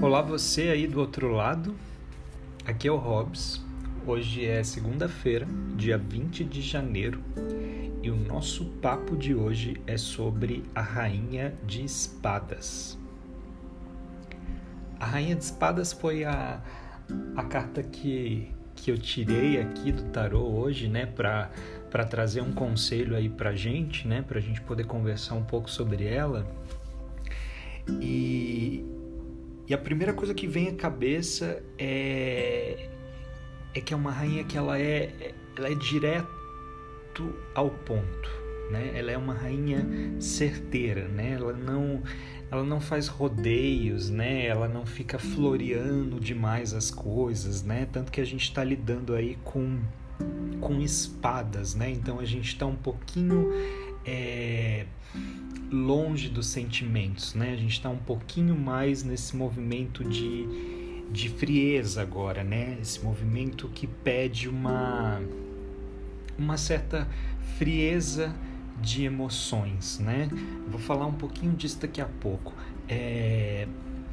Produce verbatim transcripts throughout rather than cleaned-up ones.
Olá você aí do outro lado, aqui é o Hobbs. Hoje é segunda-feira, dia vinte de janeiro, e o nosso papo de hoje é sobre a Rainha de Espadas. A Rainha de Espadas foi a, a carta que, que eu tirei aqui do tarô hoje, né, para para trazer um conselho aí pra gente, né, pra gente poder conversar um pouco sobre ela. E, e a primeira coisa que vem à cabeça é, é que é uma rainha que ela é, ela é direto ao ponto, né? Ela é uma rainha certeira, né? Ela não, ela não faz rodeios, né? Ela não fica floreando demais as coisas, né? Tanto que a gente está lidando aí com, com espadas, né? Então a gente está um pouquinho é, longe dos sentimentos, né? A gente está um pouquinho mais nesse movimento de, de frieza agora, né? Esse movimento que pede uma, uma certa frieza de emoções, né? Vou falar um pouquinho disso daqui a pouco. É...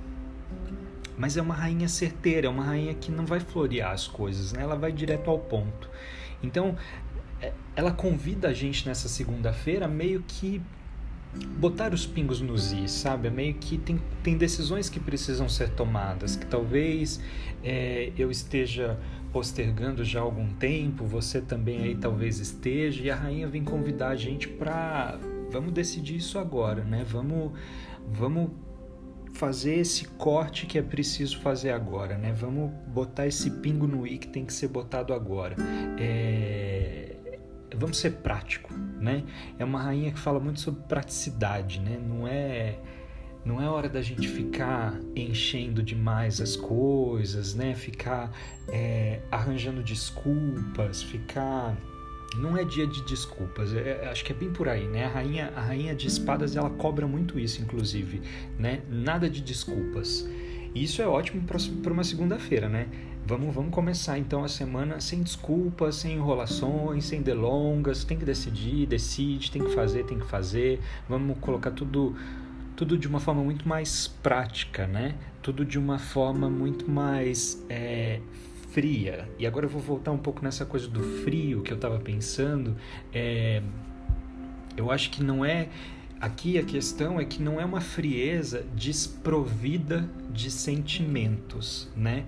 Mas é uma rainha certeira, é uma rainha que não vai florear as coisas, né? Ela vai direto ao ponto. Então, ela convida a gente nessa segunda-feira meio que botar os pingos nos is, sabe? É meio que tem, tem decisões que precisam ser tomadas, que talvez é, eu esteja postergando já há algum tempo, você também aí talvez esteja, e a rainha vem convidar a gente para vamos decidir isso agora, né? Vamos, vamos fazer esse corte que é preciso fazer agora, né? Vamos botar esse pingo no i que tem que ser botado agora. É... Vamos ser prático, né? É uma rainha que fala muito sobre praticidade, né? Não é, não é hora da gente ficar enchendo demais as coisas, né? Ficar é, arranjando desculpas, ficar... Não é dia de desculpas, é, acho que é bem por aí, né? A rainha, a rainha de espadas, ela cobra muito isso, inclusive, né? Nada de desculpas. E isso é ótimo para uma segunda-feira, né? Vamos, vamos começar então a semana sem desculpas, sem enrolações, sem delongas. Tem que decidir, decide, tem que fazer, tem que fazer. Vamos colocar tudo, tudo de uma forma muito mais prática, né? Tudo de uma forma muito mais é, fria. E agora eu vou voltar um pouco nessa coisa do frio que eu estava pensando. É, eu acho que não é... Aqui a questão é que não é uma frieza desprovida de sentimentos, né?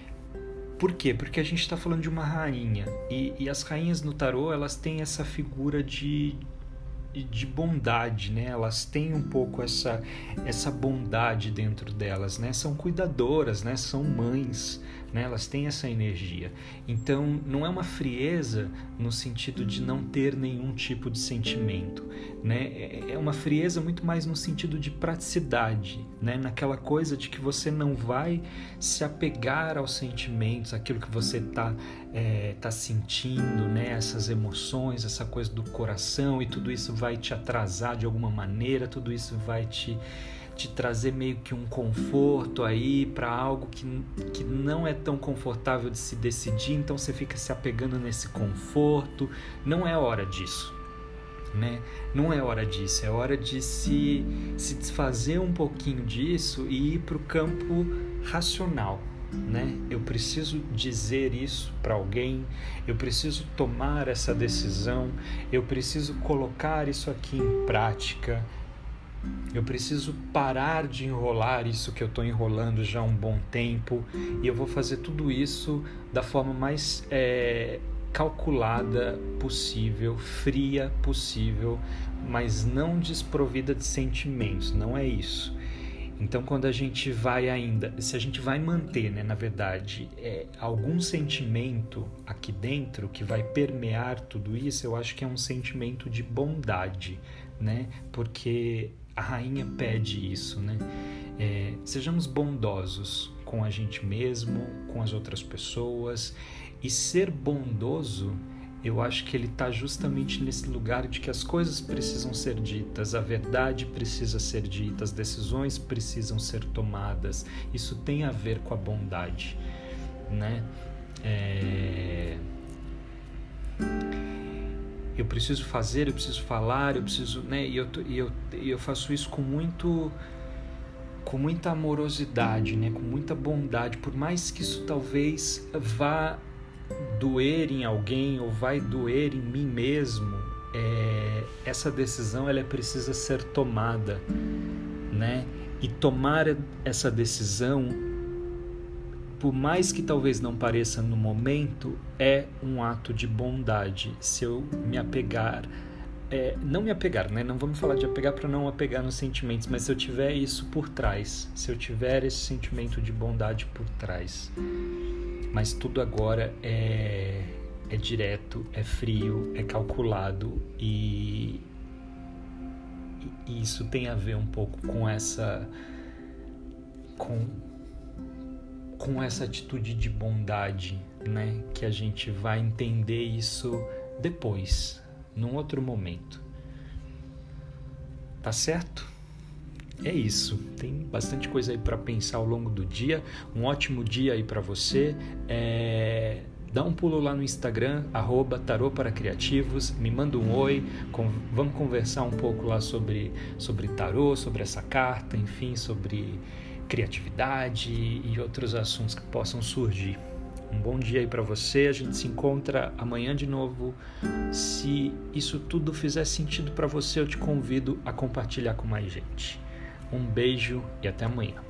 Por quê? Porque a gente está falando de uma rainha, e, e as rainhas no tarô, elas têm essa figura de, de bondade, né? Elas têm um pouco essa, essa bondade dentro delas, né? São cuidadoras, né? São mães, né? Elas têm essa energia. Então, não é uma frieza no sentido de não ter nenhum tipo de sentimento, né? É uma frieza muito mais no sentido de praticidade, né? Naquela coisa de que você não vai se apegar aos sentimentos, aquilo que você está é, tá sentindo, né? Essas emoções, essa coisa do coração, e tudo isso vai te atrasar de alguma maneira, tudo isso vai te te trazer meio que um conforto aí para algo que, que não é tão confortável de se decidir, então você fica se apegando nesse conforto. Não é hora disso, né? Não é hora disso, é hora de se, se desfazer um pouquinho disso e ir para o campo racional, né? Eu preciso dizer isso para alguém, eu preciso tomar essa decisão, eu preciso colocar isso aqui em prática. Eu preciso parar de enrolar isso que eu estou enrolando já há um bom tempo, e eu vou fazer tudo isso da forma mais é, calculada possível, fria possível, mas não desprovida de sentimentos, não é isso. Então, quando a gente vai ainda, se a gente vai manter, né, na verdade, é, algum sentimento aqui dentro que vai permear tudo isso, eu acho que é um sentimento de bondade, né? Porque a rainha pede isso, né? É, sejamos bondosos com a gente mesmo, com as outras pessoas. E ser bondoso, eu acho que ele está justamente nesse lugar de que as coisas precisam ser ditas, a verdade precisa ser dita, as decisões precisam ser tomadas. Isso tem a ver com a bondade, né? É... eu preciso fazer, eu preciso falar, eu preciso, né? E eu, e eu, e eu faço isso com muito, com muita amorosidade, né? Com muita bondade, por mais que isso talvez vá doer em alguém ou vai doer em mim mesmo, é, essa decisão ela precisa ser tomada, né? E tomar essa decisão, por mais que talvez não pareça no momento, é um ato de bondade. Se eu me apegar, é, não me apegar, né? Não vamos falar de apegar para não apegar nos sentimentos, mas se eu tiver isso por trás, se eu tiver esse sentimento de bondade por trás, mas tudo agora é, é direto, é frio, é calculado e, e isso tem a ver um pouco com essa com, com essa atitude de bondade, né? Que a gente vai entender isso depois, num outro momento. Tá certo? É isso. Tem bastante coisa aí para pensar ao longo do dia. Um ótimo dia aí para você. É... Dá um pulo lá no Instagram, arroba tarô para criativos, me manda um oi, com... vamos conversar um pouco lá sobre, sobre tarô, sobre essa carta, enfim, sobre criatividade e outros assuntos que possam surgir. Um bom dia aí para você, a gente se encontra amanhã de novo. Se isso tudo fizer sentido para você, eu te convido a compartilhar com mais gente. Um beijo e até amanhã.